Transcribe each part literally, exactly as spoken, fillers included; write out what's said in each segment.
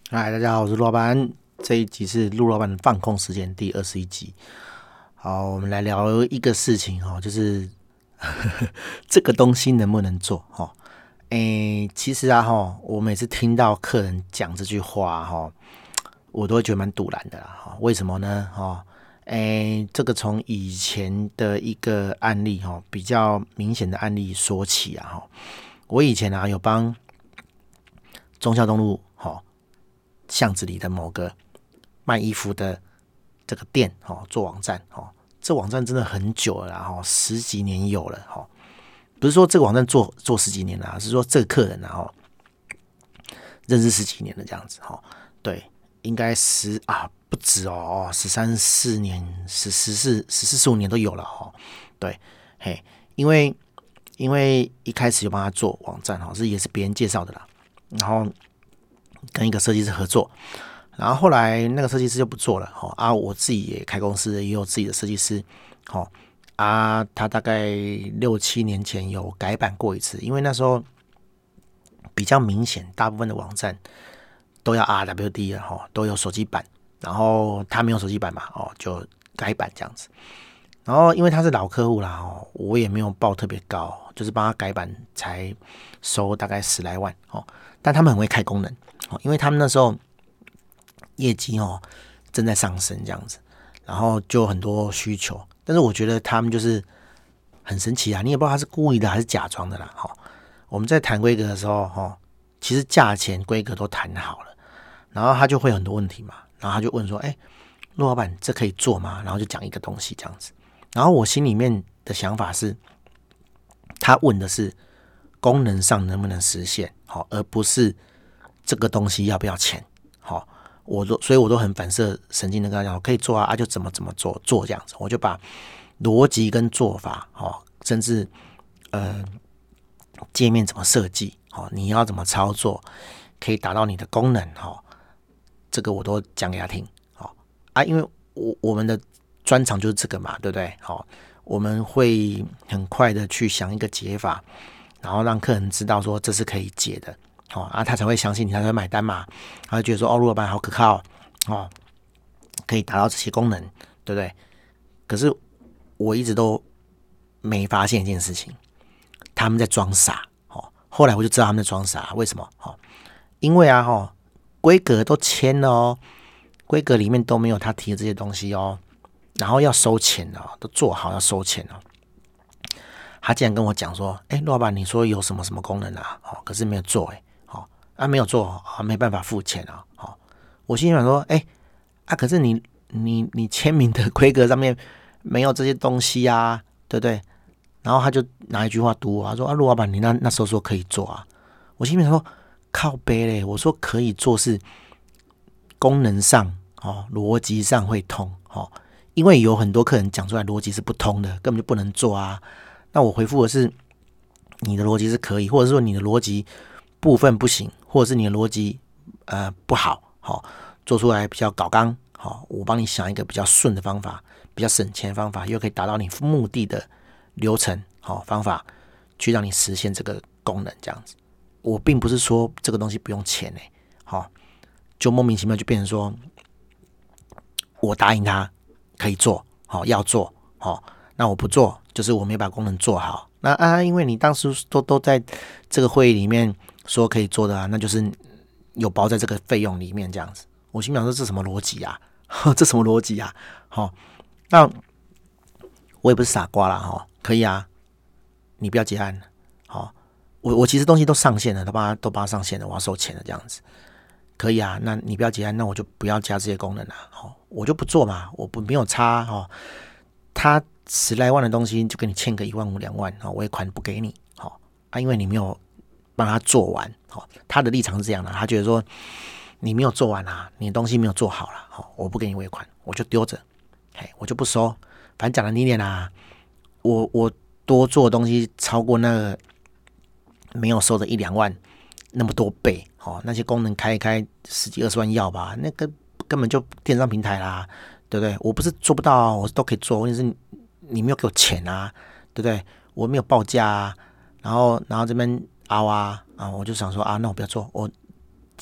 嗨，大家好，我是陆老板。这一集是陆老板的放空时间第二十一集。好，我们来聊一个事情哦，就是这个东西能不能做哈？诶，其实啊哈，我每次听到客人讲这句话哈，我都会觉得蛮堵然的啦。哈，为什么呢？哈，诶，这个从以前的一个案例哈，比较明显的案例说起啊哈。我以前啊有帮忠孝东路哈巷子里的某个卖衣服的这个店哦，做网站哦，这网站真的很久了啦，哈，十几年有了哈。不是说这个网站做做十几年了，是说这个客人啊，哈，认识十几年了这样子哈。对，应该十啊不止哦，十三四年、十十四、十四十五年都有了哈。对，嘿，因为因为一开始就帮他做网站哈，是也是别人介绍的啦，然后跟一个设计师合作。然后后来那个设计师就不做了，哦啊，我自己也开公司，也有自己的设计师，哦啊，他大概六七年前有改版过一次，因为那时候比较明显，大部分的网站都要 R W D 了，哈，都有手机版，然后他没有手机版嘛，哦，就改版这样子。然后因为他是老客户啦，哦，我也没有报特别高，就是帮他改版才收大概十来万，哦，但他们很会开功能，哦，因为他们那时候业绩哦正在上升这样子，然后就很多需求，但是我觉得他们就是很神奇啊，你也不知道他是故意的还是假装的啦。哈、哦，我们在谈规格的时候，哈、哦，其实价钱规格都谈好了，然后他就会有很多问题嘛，然后他就问说，哎，陆老板这可以做吗？然后就讲一个东西这样子，然后我心里面的想法是，他问的是功能上能不能实现，好、哦，而不是这个东西要不要钱，好、哦。我都，所以我都很反射神经的跟他讲，我可以做啊，啊就怎么怎么做做这样子，我就把逻辑跟做法，哦，甚至呃界面怎么设计，哦，你要怎么操作，可以达到你的功能，哦，这个我都讲给他听，哦啊，因为我我们的专长就是这个嘛，对不对？好、哦，我们会很快的去想一个解法，然后让客人知道说这是可以解的。哦啊，他才会相信你，他才会买单嘛。他就觉得说，哦，陆老板好可靠哦，可以达到这些功能，对不对？可是我一直都没发现一件事情，他们在装傻。哦，后来我就知道他们在装傻，为什么？哦，因为啊，哈，规格都签了哦，规格里面都没有他提的这些东西哦，然后要收钱哦，都做好要收钱哦。他竟然跟我讲说，哎，陆老板，你说有什么什么功能啊？哦，可是没有做，哎。啊，没有做啊，没办法付钱啊。好、哦，我心里想说，哎、欸，啊，可是你你你签名的规格上面没有这些东西啊，对不对？然后他就拿一句话堵我，他说啊，陆老板，你那那时候说可以做啊，我心里想说靠背嘞，我说可以做是功能上哦，逻辑上会通哦，因为有很多客人讲出来逻辑是不通的，根本就不能做啊。那我回复的是你的逻辑是可以，或者说你的逻辑部分不行，或者是你的逻辑呃不好，好、哦、做出来比较搞纲，好、哦，我帮你想一个比较顺的方法，比较省钱的方法，又可以达到你目的的流程，好、哦、方法，去让你实现这个功能，这样子。我并不是说这个东西不用钱诶，好、哦，就莫名其妙就变成说我答应他可以做，好、哦、要做，好、哦，那我不做，就是我没把功能做好。那啊，因为你当时都都在这个会议里面说可以做的啊，那就是有包在这个费用里面这样子。我心想说这什么逻辑啊？这什么逻辑啊？好、哦，那我也不是傻瓜啦，哈、哦，可以啊，你不要结案，好、哦，我我其实东西都上线了，都帮他都帮他上线了，我要收钱了这样子，可以啊，那你不要结案，那我就不要加这些功能了，好、哦，我就不做嘛，我不没有差哈、哦，他十来万的东西就给你欠个一万五两万，好、哦，尾款不给你，好、哦、啊，因为你没有帮他做完，好、哦，他的立场是这样的，他觉得说你没有做完啊，你的东西没有做好了，好、哦，我不给你尾款，我就丢着，嘿，我就不收，反正讲难听点啦，我我多做的东西超过那个没有收的一两万那么多倍，哦，那些功能开一开十几二十万要吧，那个根本就电商平台啦，对不对？我不是做不到啊，我都可以做，问题是你没有给我钱啊，对不对？我没有报价啊，然后然后这边凹啊啊，我就想说啊，那我不要做，我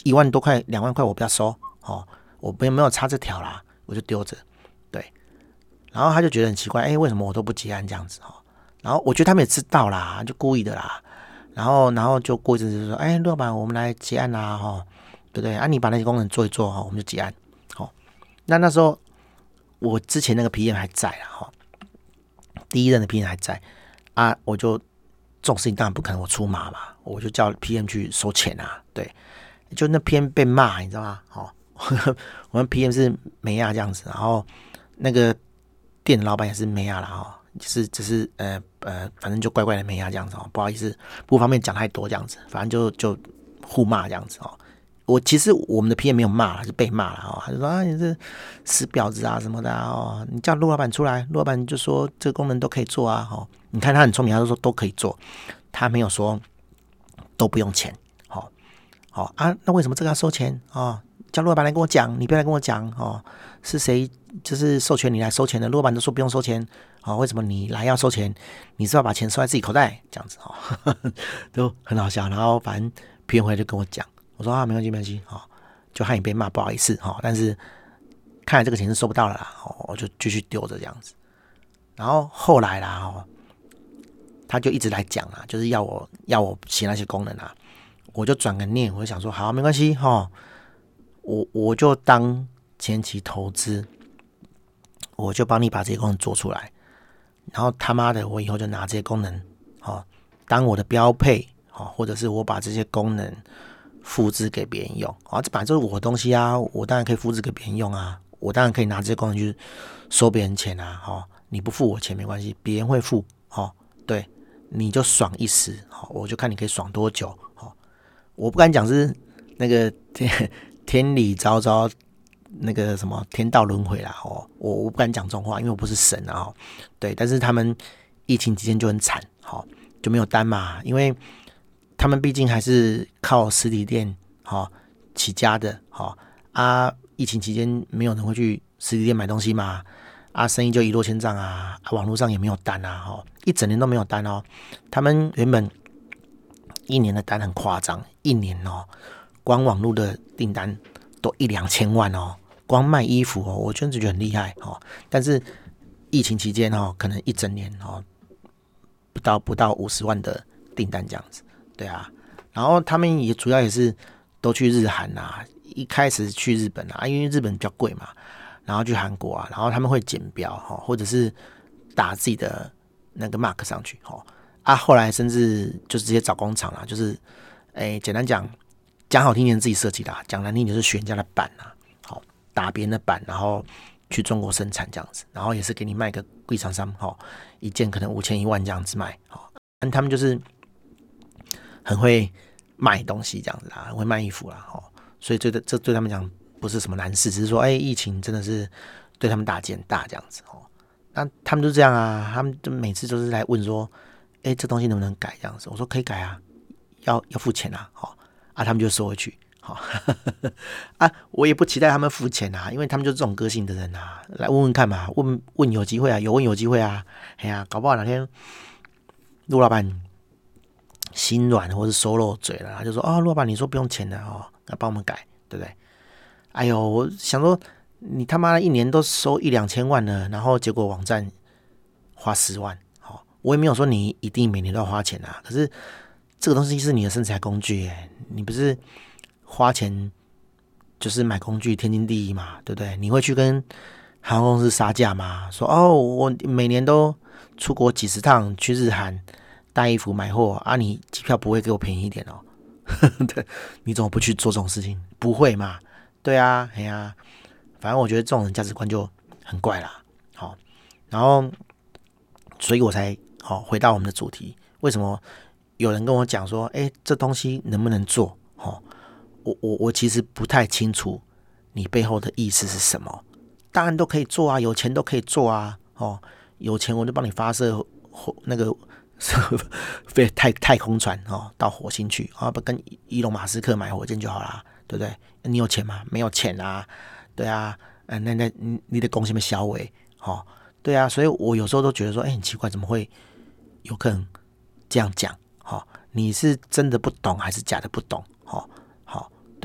一万多块、两万块我不要收哦，我没没有差这条啦，我就丢着。对，然后他就觉得很奇怪，哎，为什么我都不结案这样子哦？然后我觉得他们也知道啦，就故意的啦。然后，然后就过一阵子就说，哎，陆老板，我们来结案啦，哈、哦，对不对？啊，你把那些功能做一做哈、哦，我们就结案。好、哦，那那时候我之前那个 P M 还在啦，哈、哦，第一任的 P M 还在啊，我就这种事情当然不可能我出马嘛，我就叫 P M 去收钱啊，对，就那 P M 被骂，你知道吗？哦，我们 P M 是没亚这样子，然后那个店的老板也是没亚啦，哈。就是只是呃呃，反正就怪怪的没啊这样子哦，不好意思，不方便讲太多这样子，反正就就互骂这样子哦。我其实我们的 P M 没有骂，是被骂了哦，他就说啊你是死婊子啊什么的啊哦，你叫陆老板出来，陆老板就说这个功能都可以做啊哦，你看他很聪明，他就说都可以做，他没有说都不用钱，好、哦，好、哦、啊，那为什么这个要收钱哦？叫陆老板来跟我讲，你不要来跟我讲哦，是谁就是授权你来收钱的？陆老板都说不用收钱。哦，为什么你来要收钱？你是要把钱收在自己口袋这样子哦，呵呵都很好笑。然后反正 P M 回来就跟我讲，我说啊，没关系，没关系，哦，就害你被骂，不好意思哈、哦。但是看来这个钱是收不到了啦，哦，我就继续丢着这样子。然后后来啦，哦，他就一直来讲啊，就是要我要我写那些功能啊，我就转个念，我就想说，好，没关系哈、哦，我我就当前期投资，我就帮你把这些功能做出来。然后他妈的，我以后就拿这些功能，哦，当我的标配，哦，或者是我把这些功能复制给别人用，啊、哦，这本来就是我的东西啊，我当然可以复制给别人用啊，我当然可以拿这些功能去收别人钱啊，哦，你不付我钱没关系，别人会付，哦，对，你就爽一时，哦，我就看你可以爽多久，哦，我不敢讲是那个天天理昭昭。那个什么天道轮回啦，哦，我我不敢讲这种话，因为我不是神啊，哦，对，但是他们疫情期间就很惨，好、哦，就没有单嘛，因为他们毕竟还是靠实体店好、哦、起家的，好、哦、啊，疫情期间没有人会去实体店买东西嘛，啊，生意就一落千丈啊，啊网络上也没有单啊，哦，一整年都没有单哦，他们原本一年的单很夸张，一年哦，光网络的订单都一两千万哦。光卖衣服哦，我真的觉得很厉害哦。但是疫情期间哦，可能一整年哦，不到不到五十万的订单这样子，对啊。然后他们也主要也是都去日韩啊，一开始去日本啊，因为日本比较贵嘛，然后去韩国啊，然后他们会剪标哈，或者是打自己的那个 mark 上去哈。啊，后来甚至就直接找工厂啦，就是哎，简单讲，讲好听点自己设计的，讲难听点就是学人家的版啊。打别人的版，然后去中国生产这样子，然后也是给你卖个贵厂商，哈，一件可能五千一万这样子卖，哈，但他们就是很会卖东西这样子啦，很会卖衣服啦，哈，所以这这对他们讲不是什么难事，只是说，哎、欸，疫情真的是对他们打击很大这样子，哦，那他们就这样啊，他们就每次都是来问说，哎、欸，这东西能不能改这样子，我说可以改啊，要要付钱啊，好，啊，他们就收回去。好啊，我也不期待他们付钱啊，因为他们就是这种个性的人啊，来问问看嘛，问问有机会啊，有问有机会啊，哎呀、啊，搞不好哪天陆老板心软或是收漏嘴了，他就说哦，陆老板你说不用钱的哦，那帮我们改，对不对？哎呦，我想说你他妈的一年都收一两千万了，然后结果网站花十万，哦，我也没有说你一定每年都要花钱啊，可是这个东西是你的生财工具耶，你不是。花钱就是买工具，天经地义嘛，对不对？你会去跟航空公司杀价吗？说哦，我每年都出国几十趟去日韩带衣服买货啊，你机票不会给我便宜一点哦？对，你怎么不去做这种事情？不会嘛？对啊，哎呀、啊，反正我觉得这种人价值观就很怪啦。好、哦，然后所以我才好、哦、回到我们的主题，为什么有人跟我讲说，哎，这东西能不能做？哦。我我我其实不太清楚你背后的意思是什么，当然都可以做啊，有钱都可以做啊，哦，有钱我就帮你发射火那个飞太太空船哦，到火星去啊，不跟伊隆马斯克买火箭就好啦，对不对？你有钱吗？没有钱啊，对啊，呃、那那你的贡献被销毁，哦，对啊，所以我有时候都觉得说，哎，很奇怪，怎么会有可能这样讲？哦，你是真的不懂还是假的不懂？哦。对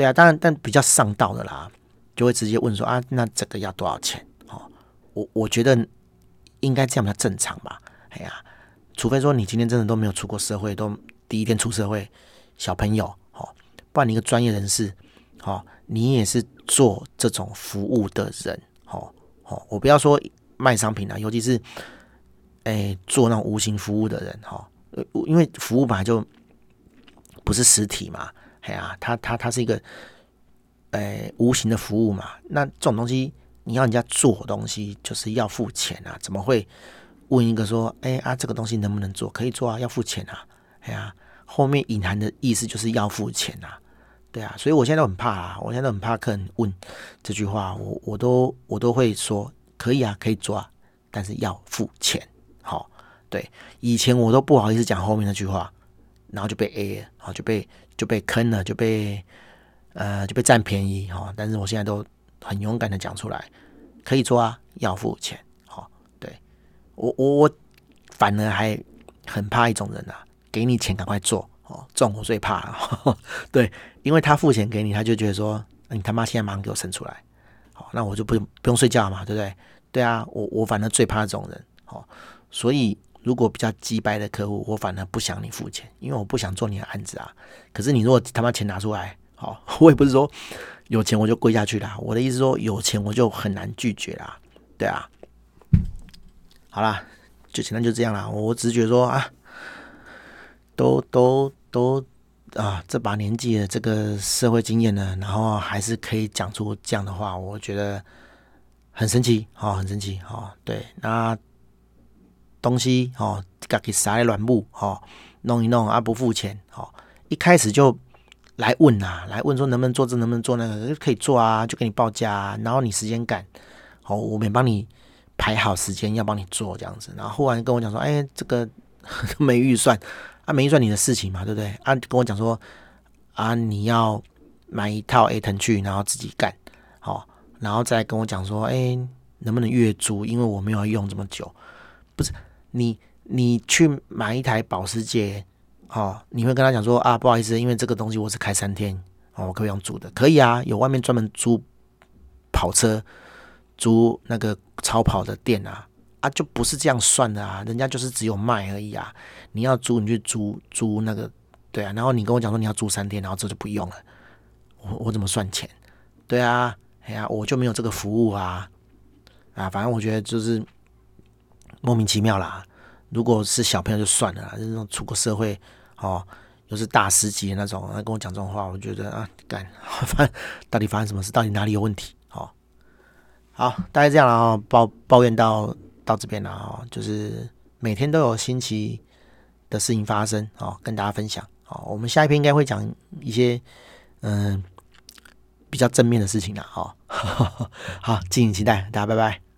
对啊，当然，但比较上道的啦，就会直接问说啊，那这个要多少钱？哦，我我觉得应该这样比较正常吧。哎呀，除非说你今天真的都没有出过社会，都第一天出社会，小朋友，哦，不然你一个专业人士，哦，你也是做这种服务的人，哦哦，我不要说卖商品啦，尤其是哎做那种无形服务的人，哈、哦，因为服务本来就不是实体嘛，哎呀，它它它是一个诶无形的服务嘛，那这种东西你要人家做东西，就是要付钱啊，怎么会问一个说，哎啊这个东西能不能做？可以做啊，要付钱啊，哎呀，后面隐含的意思就是要付钱啊，对啊，所以我现在都很怕啊，我现在都很怕客人问这句话，我我都我都会说可以啊，可以做啊，但是要付钱，好、哦，对，以前我都不好意思讲后面那句话，然后就被 A 了，好就被就被坑了，就被呃就被占便宜哈、哦，但是我现在都很勇敢的讲出来，可以做啊，要付钱，好、哦，对我我我反而还很怕一种人啊，给你钱赶快做哦，这种我最怕了，呵呵对，因为他付钱给你，他就觉得说你他妈现在马上给我生出来，好，那我就不用不用睡觉嘛，对不对？对啊，我我反而最怕这种人，好，所以如果比较鸡掰的客户，我反而不想你付钱，因为我不想做你的案子啊。可是你如果他妈钱拿出来，好，我也不是说有钱我就跪下去啦，我的意思说有钱我就很难拒绝啦，对啊。好啦，就简单就这样啦。我只是觉得说啊，都都都啊，这把年纪的这个社会经验呢，然后还是可以讲出这样的话，我觉得很神奇，哦，很神奇，哦，对，那东西哦，自己撒在软木哦，弄一弄啊，不付钱哦，一开始就来问呐、啊，来问说能不能做这，能不能做那个，可以做啊，就给你报价啊，然后你时间赶，哦，我们帮你排好时间要帮你做这样子，然后忽然跟我讲说，哎，这个没预算啊，没预算你的事情嘛，对不对？啊，跟我讲说啊，你要买一套 A 腾去，然后自己干，好、哦，然后再跟我讲说，哎，能不能月租？因为我没有要用这么久，不是。你你去买一台保时捷，哦，你会跟他讲说啊，不好意思，因为这个东西我是开三天，哦，我可以用租的，可以啊，有外面专门租跑车、租那个超跑的店啊，啊，就不是这样算的啊，人家就是只有卖而已啊，你要租你去租租那个，对啊，然后你跟我讲说你要租三天，然后这就不用了，我我怎么算钱？对啊，哎呀、啊，我就没有这个服务啊，啊，反正我觉得就是莫名其妙啦。如果是小朋友就算了啦，就是那种出过社会哦，又是大师级的那种，他跟我讲这种话，我觉得啊，干，到底发生什么事？到底哪里有问题？哦，好，大概这样了哦，抱抱怨到到这边了哦，就是每天都有新奇的事情发生哦，跟大家分享哦。我们下一篇应该会讲一些嗯、呃、比较正面的事情啦哦，好，敬请期待，大家拜拜。